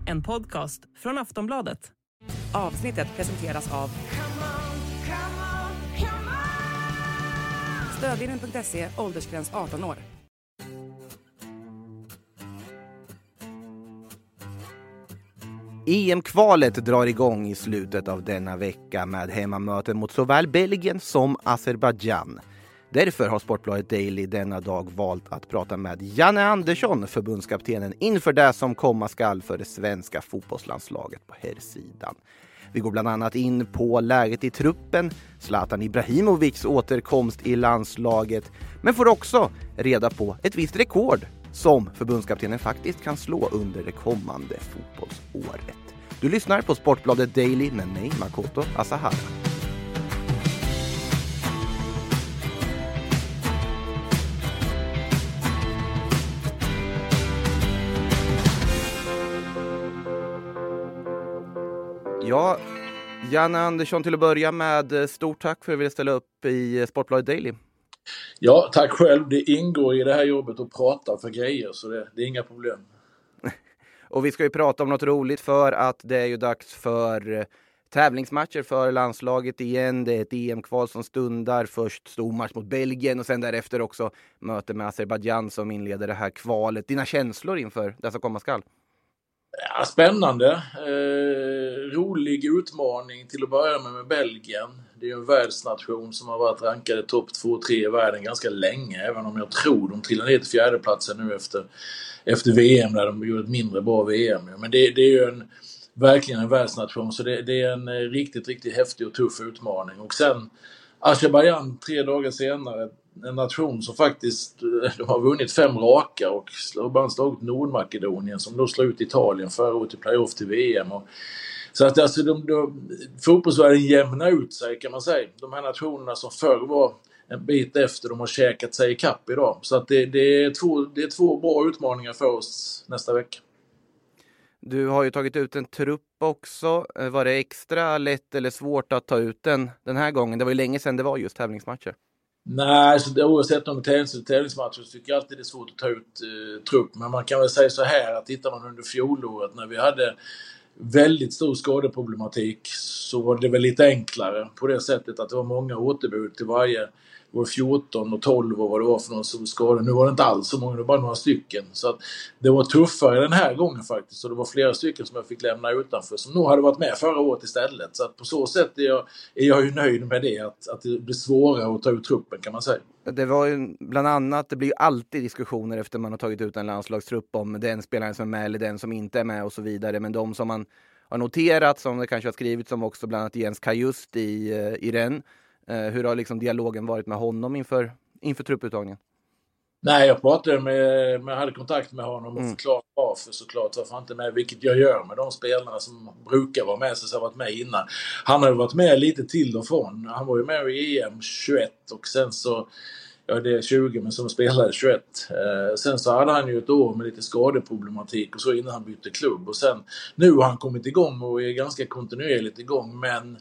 en podcast från Aftonbladet. Avsnittet presenteras av Stödlinjen.se, åldersgräns 18 år. EM-kvalet drar igång i slutet av denna vecka med hemmamöten mot såväl Belgien som Azerbaijan. Därför har Sportbladet Daily denna dag valt att prata med Janne Andersson, förbundskaptenen, inför det som komma skall för det svenska fotbollslandslaget på herrsidan. Vi går bland annat in på läget i truppen, Zlatan Ibrahimovics återkomst i landslaget, men får också reda på ett visst rekord som förbundskaptenen faktiskt kan slå under det kommande fotbollsåret. Du lyssnar på Sportbladet Daily med mig, Makoto Asahara. Ja, Janne Andersson, till att börja med, stort tack för att du ville ställa upp i Sportbladet Daily. Ja, tack själv. Det ingår i det här jobbet att prata för grejer, så det är inga problem. Och vi ska ju prata om något roligt, för att det är ju dags för tävlingsmatcher för landslaget igen. Det är ett EM-kval som stundar. Först stor match mot Belgien och sen därefter också möte med Azerbaijan som inleder det här kvalet. Dina känslor inför det som komma skall? Ja, spännande. Rolig utmaning till att börja med Belgien. Det är ju en världsnation som har varit rankade topp 2-3 i världen ganska länge. Även om jag tror de trillar ner till fjärdeplatsen nu efter VM, där de gjorde ett mindre bra VM. Men det är ju verkligen en världsnation, så det är en riktigt häftig och tuff utmaning. Och sen Azerbaijan 3 dagar senare, en nation som faktiskt de har vunnit 5 raka och bara slagit Nordmakedonien som då slog ut Italien förra året i playoff till VM. Så att alltså fotbollsvärlden jämnar ut sig, kan man säga. De här nationerna som förr var en bit efter, de har käkat sig i kapp idag. Så att det är två bra utmaningar för oss nästa vecka. Du har ju tagit ut en trupp också. Var det extra lätt eller svårt att ta ut den här gången? Det var ju länge sedan det var just tävlingsmatcher. Nej, så oavsett om det är tävlingsmatcher så tycker jag alltid det är svårt att ta ut trupp. Men man kan väl säga så här, att tittar man under fjolåret när vi hade väldigt stor skadeproblematik, så var det väl lite enklare på det sättet att det var många återbud till varje. Det var 14 och 12 och vad det var för någon som skadade. Nu var det inte alls så många, det var bara några stycken. Så att det var tuffare den här gången faktiskt. Så det var flera stycken som jag fick lämna utanför, som nog hade varit med förra året istället. Så att på så sätt är jag ju nöjd med det. Att det blir svårare att ta ut truppen, kan man säga. Det var ju bland annat, det blir ju alltid diskussioner efter man har tagit ut en landslagstrupp om den spelaren som är med eller den som inte är med och så vidare. Men de som man har noterat, som det kanske har skrivits om också, bland annat Jens Kajust i Rennes. Hur har liksom dialogen varit med honom inför trupputtagningen? Nej, jag pratade med hade kontakt med honom och förklarade varför han inte med, vilket jag gör med de spelarna som brukar vara med, så har varit med innan. Han har ju varit med lite till och från. Han var ju med i EM 21 och sen så, ja det är 20 men som spelade 21. Sen så hade han ju ett år med lite skadeproblematik och så innan han bytte klubb. Och sen nu har han kommit igång och är ganska kontinuerligt igång, men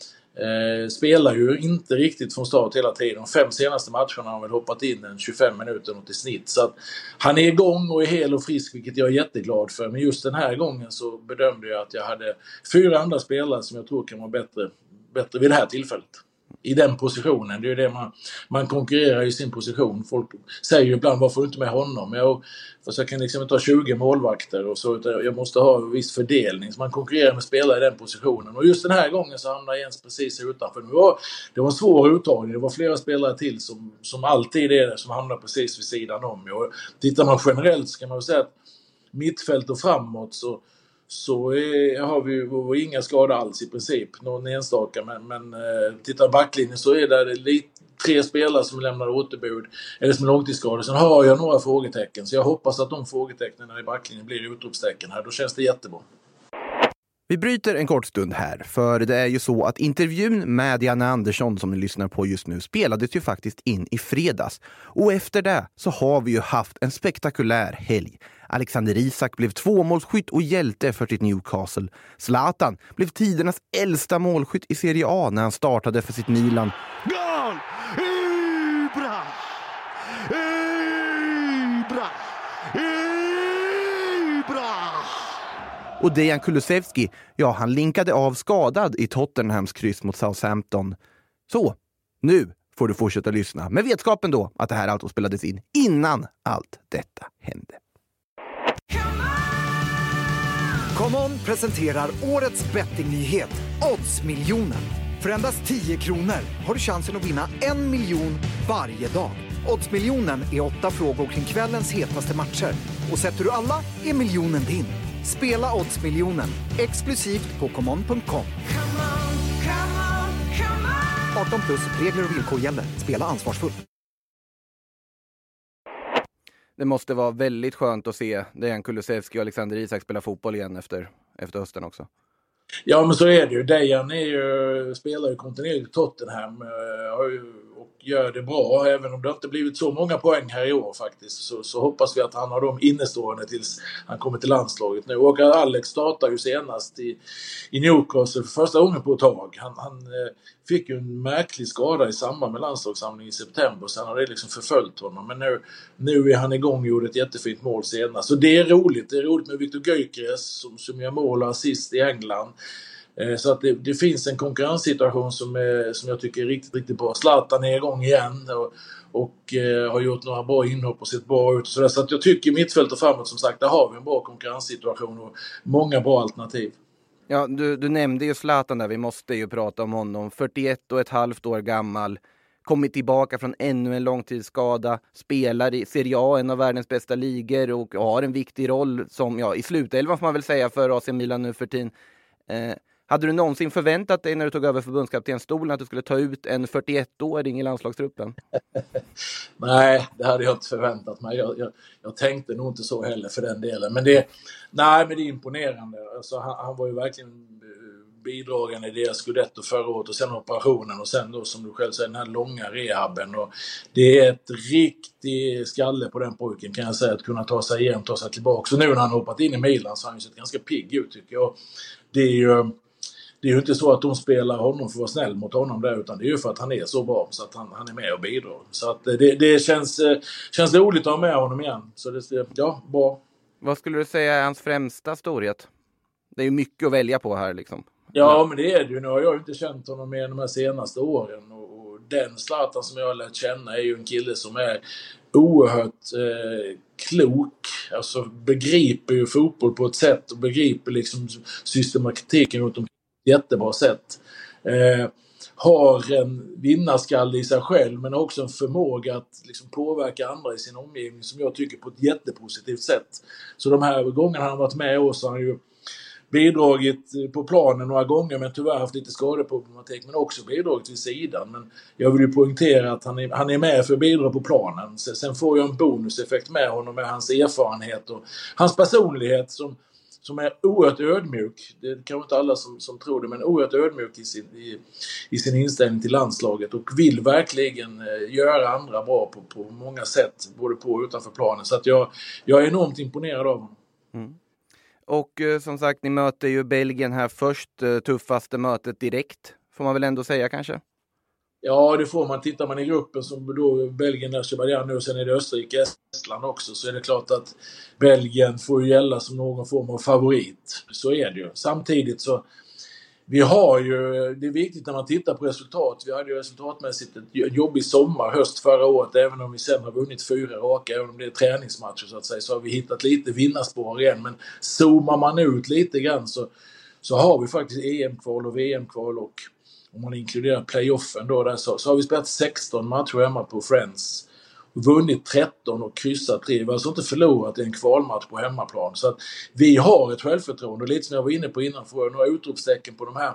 spelar ju inte riktigt från start hela tiden. De 5 senaste matcherna har han väl hoppat in en 25 minuter något i snitt. Så att han är igång och är hel och frisk, vilket jag är jätteglad för. Men just den här gången så bedömde jag att jag hade 4 andra spelare som jag tror kan vara bättre vid det här tillfället. I den positionen. Det är ju det man konkurrerar i sin position. Folk säger ju ibland, varför inte med honom? Jag kan liksom inte ha 20 målvakter och så, utan jag måste ha en viss fördelning. Så man konkurrerar med spelare i den positionen. Och just den här gången så hamnar Jens precis utanför. Det var en svår uttagning. Det var flera spelare till som alltid är det, som hamnar precis vid sidan om. Och tittar man generellt så kan man väl säga att mittfält och framåt så har vi ju inga skador alls i princip. Någon enstaka, men tittar backlinjen så är det 3 spelare som lämnar återbud eller som är långtidsskadade. Sen har jag några frågetecken, så jag hoppas att de frågetecknen i backlinjen blir utropstecken här. Då känns det jättebra. Vi bryter en kort stund här, för det är ju så att intervjun med Janne Andersson som ni lyssnar på just nu spelades ju faktiskt in i fredags. Och efter det så har vi ju haft en spektakulär helg. Alexander Isak blev 2-målsskytt och hjälte för sitt Newcastle. Zlatan blev tidernas äldsta målskytt i Serie A när han startade för sitt Milan. Gol! Ibra! Ibra! Ibra! Och Dejan Kulusevski, ja, han linkade av skadad i Tottenhams kryss mot Southampton. Så, nu får du fortsätta lyssna med vetskapen då att det här alltså spelades in innan allt detta hände. ComeOn presenterar årets bettingnyhet, Oddsmiljonen. För endast 10 kronor har du chansen att vinna 1 miljon varje dag. Oddsmiljonen är 8 frågor kring kvällens hetaste matcher. Och sätter du alla är miljonen din. Spela Oddsmiljonen exklusivt på ComeOn.com. 18 plus, regler och villkor gäller. Spela ansvarsfullt. Det måste vara väldigt skönt att se Dejan Kulusevski och Alexander Isak spela fotboll igen efter hösten också. Ja, men så är det ju. Dejan spelar ju kontinuerligt i Tottenham och gör det bra. Även om det inte blivit så många poäng här i år faktiskt, så hoppas vi att han har dem innestående tills han kommer till landslaget nu. Och Alex startar ju senast i Newcastle för första gången på ett tag. Han fick ju en märklig skada i samband med landslagssamlingen i september. Sen har det liksom förföljt honom. Men nu är han igång och gjorde ett jättefint mål senast. Så det är roligt. Det är roligt med Viktor Gyökeres som gör mål och assist i England. Så att det finns en konkurrenssituation som jag tycker är riktigt, riktigt bra. Zlatan är igång igen och har gjort några bra inhopp och sett bra ut. Så att jag tycker mittfält och framåt, som sagt, där har vi en bra konkurrenssituation och många bra alternativ. Ja, du nämnde ju Zlatan där, vi måste ju prata om honom. 41,5 år gammal, kommit tillbaka från ännu en långtidsskada, spelar i Serie A, en av världens bästa ligor, och har en viktig roll som i slutelvan får man väl säga för AC Milan nu för tiden. Hade du någonsin förväntat dig när du tog över förbundskaptenstolen att du skulle ta ut en 41-åring i landslagstruppen? Nej, det hade jag inte förväntat mig. Jag tänkte nog inte så heller för den delen. Men det är imponerande. Alltså, han var ju verkligen bidragande i deras Scudetto förra året och sen operationen och sen då, som du själv säger, den här långa rehaben. Och det är ett riktigt skalle på den pojken, kan jag säga, att kunna ta sig igen, ta sig tillbaka. Så nu när han har hoppat in i Milan så har han sett ganska pigg ut, tycker jag. Det är ju inte så att de spelar honom för att vara snäll mot honom där, utan det är ju för att han är så bra så att han är med och bidrar. Så att det känns roligt att ha med honom igen. Så bra. Vad skulle du säga är hans främsta storhet? Det är ju mycket att välja på här liksom. Ja, men det är det ju. Nu har jag inte känt honom med de här senaste åren. Och den Zlatan som jag har lärt känna är ju en kille som är oerhört klok. Alltså begriper ju fotboll på ett sätt och begriper liksom systematiken runt om jättebra sätt. Har en vinnarskalle i sig själv, men också en förmåga att liksom påverka andra i sin omgivning som jag tycker på ett jättepositivt sätt. Så de här gångerna han har varit med oss har han ju bidragit på planen några gånger, men tyvärr haft lite skadeproblematik, men också bidragit vid sidan. Men jag vill ju poängtera att han är med för att bidra på planen. Sen får jag en bonuseffekt med honom, med hans erfarenhet och hans personlighet som är oerhört ödmjuk. Det är kanske inte alla som tror det, men oerhört ödmjuk i sin inställning till landslaget och vill verkligen göra andra bra på många sätt, både på och utanför planen. Så att jag är enormt imponerad av honom. Mm. Och som sagt, ni möter ju Belgien här först, tuffaste mötet direkt, får man väl ändå säga kanske? Ja, det får man. Tittar man i gruppen som då Belgien, Azerbaijan nu, och sen är det Österrike, Estland också, så är det klart att Belgien får ju gälla som någon form av favorit. Så är det ju. Samtidigt så vi har ju, det är viktigt när man tittar på resultat. Vi hade ju resultatmässigt ett jobbig höst förra året, även om vi sen har vunnit 4 raka, även om det är träningsmatcher så att säga, så har vi hittat lite vinnarspår igen. Men zoomar man ut lite grann så har vi faktiskt EM-kval och VM-kval, och om man inkluderar playoffen då där, så har vi spelat 16 matcher hemma på Friends. Vunnit 13 och kryssat 3. Vi har alltså inte förlorat en kvalmatch på hemmaplan. Så att vi har ett självförtroende. Och lite som jag var inne på innan, får jag några utropstecken på de här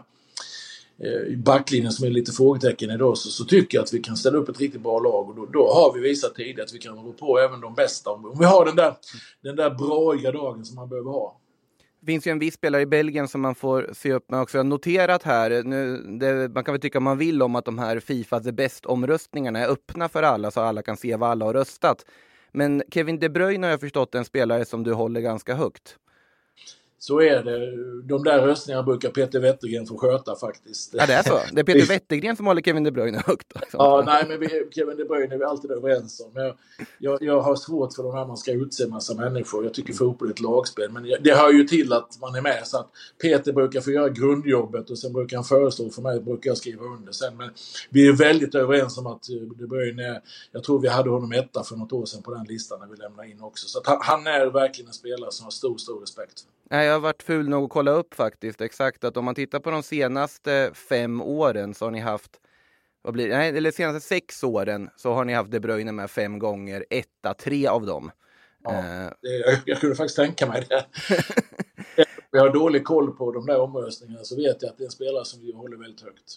i backlinjen som är lite frågetecken idag, så tycker jag att vi kan ställa upp ett riktigt bra lag. Och då har vi visat tidigt att vi kan rå på även de bästa. Om vi har den där braiga dagen som man behöver ha. Det finns ju en viss spelare i Belgien som man får se upp med också. Jag har noterat här, man kan väl tycka man vill om att de här FIFA The Best-omröstningarna är öppna för alla så alla kan se vad alla har röstat. Men Kevin De Bruyne har jag förstått en spelare som du håller ganska högt. Så är det. De där röstningarna brukar Peter Wettergren få sköta faktiskt. Ja, det är så. Det är Peter Wettergren som håller Kevin De Bruyne högt. Liksom. Ja, nej, men Kevin De Bruyne är vi alltid överens om. Men jag har svårt för de här man ska utse en massa människor. Jag tycker fotboll är ett lagspel. Men det hör ju till att man är med. Så att Peter brukar få göra grundjobbet och sen brukar han föreslå för mig, brukar jag skriva under sen. Men vi är väldigt överens om att De Bruyne, jag tror vi hade honom etta för något år sedan på den listan när vi lämnade in också. Så att han är verkligen en spelare som har stor respekt. Nej, jag har varit ful nog att kolla upp faktiskt exakt att om man tittar på de senaste 5 åren så har ni haft, eller senaste 6 åren så har ni haft De Bruyne med 5 gånger, 3 av dem. Ja, jag kunde faktiskt tänka mig det. Jag har dålig koll på de där omröstningarna så vet jag att det är en spelare som vi håller väldigt högt.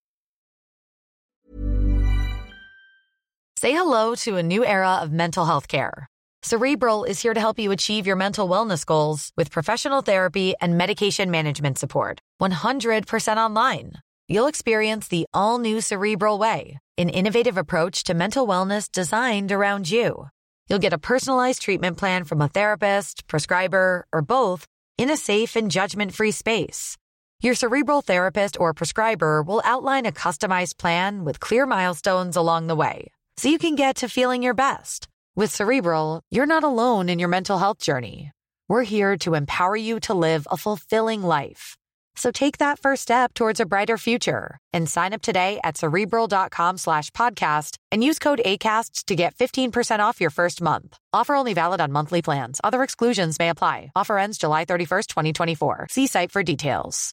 Say hello to a new era of mental health care. Cerebral is here to help you achieve your mental wellness goals with professional therapy and medication management support. 100% online. You'll experience the all-new Cerebral Way, an innovative approach to mental wellness designed around you. You'll get a personalized treatment plan from a therapist, prescriber, or both in a safe and judgment-free space. Your Cerebral therapist or prescriber will outline a customized plan with clear milestones along the way, so you can get to feeling your best. With Cerebral, you're not alone in your mental health journey. We're here to empower you to live a fulfilling life. So take that first step towards a brighter future and sign up today at Cerebral.com/podcast and use code ACAST to get 15% off your first month. Offer only valid on monthly plans. Other exclusions may apply. Offer ends July 31st, 2024. See site for details.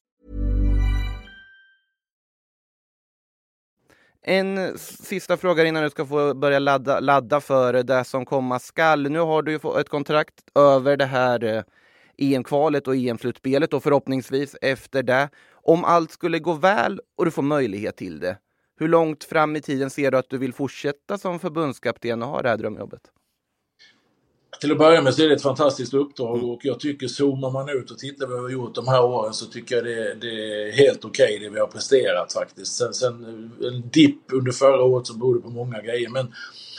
En sista fråga innan du ska få börja ladda för det som komma skall. Nu har du ju fått ett kontrakt över det här EM-kvalet och EM-slutspelet och förhoppningsvis efter det. Om allt skulle gå väl och du får möjlighet till det, hur långt fram i tiden ser du att du vill fortsätta som förbundskapten och ha det här drömjobbet? Till att börja med så är det ett fantastiskt uppdrag och jag tycker zoomar man ut och tittar vad vi har gjort de här åren så tycker jag det är helt okej det vi har presterat faktiskt. Sen en dipp under förra året som berodde på många grejer men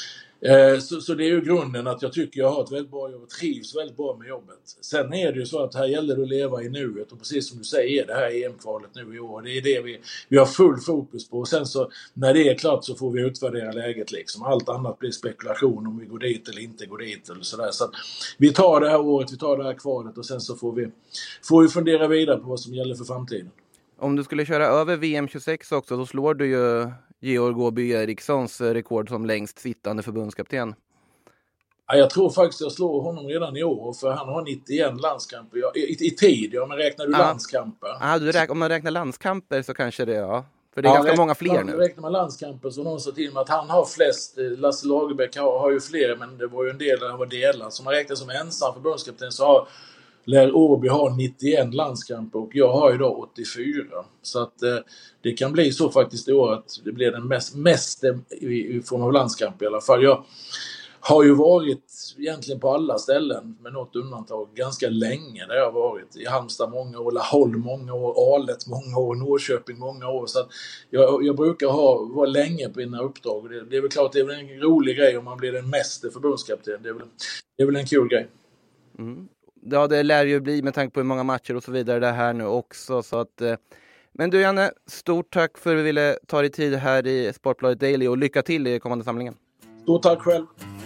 så det är ju grunden att jag tycker jag har ett väldigt bra jobb och trivs väldigt bra med jobbet. Sen är det ju så att här gäller det att leva i nuet och precis som du säger det här EM-kvalet nu i år. Det är det vi har full fokus på och sen så när det är klart så får vi utvärdera läget liksom. Allt annat blir spekulation om vi går dit eller inte går dit eller sådär. Så att vi tar det här året, vi tar det här kvalet och sen så får vi fundera vidare på vad som gäller för framtiden. Om du skulle köra över VM26 också så slår du ju Georg Gåby Erikssons rekord som längst sittande förbundskapten. Ja, jag tror faktiskt jag slår honom redan i år för han har 91 landskamper i tid. Ja, men räknar du landskamper? Om man räknar landskamper så kanske det, ja. För det är ganska många fler nu. Räknar man landskamper så någon sa till mig att han har flest. Lasse Lagerbäck har ju fler men det var ju en del där han var delad. Så man räknar som ensam förbundskapten så lär Åby ha 91 landskamper och jag har idag 84. Så att det kan bli så faktiskt i år att det blir den mest i form av landskamp i alla fall. Jag har ju varit egentligen på alla ställen med något undantag ganska länge där jag har varit. I Halmstad många år, Laholm många år, Alet många år, Norrköping många år. Så att jag brukar vara länge på mina uppdrag. Det är väl klart, det är väl en rolig grej om man blir den meste förbundskapten. Det är väl en kul grej. Mm. Ja, det lär ju bli med tanke på hur många matcher och så vidare det här nu också. Så att, men du Janne, stort tack för att du ville ta dig tid här i Sportbladet Daily och lycka till i kommande samlingen. Stort tack själv.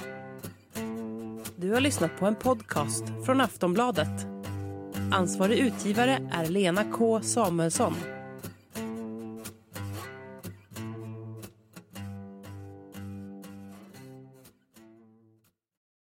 Du har lyssnat på en podcast från Aftonbladet. Ansvarig utgivare är Lena K. Samuelsson.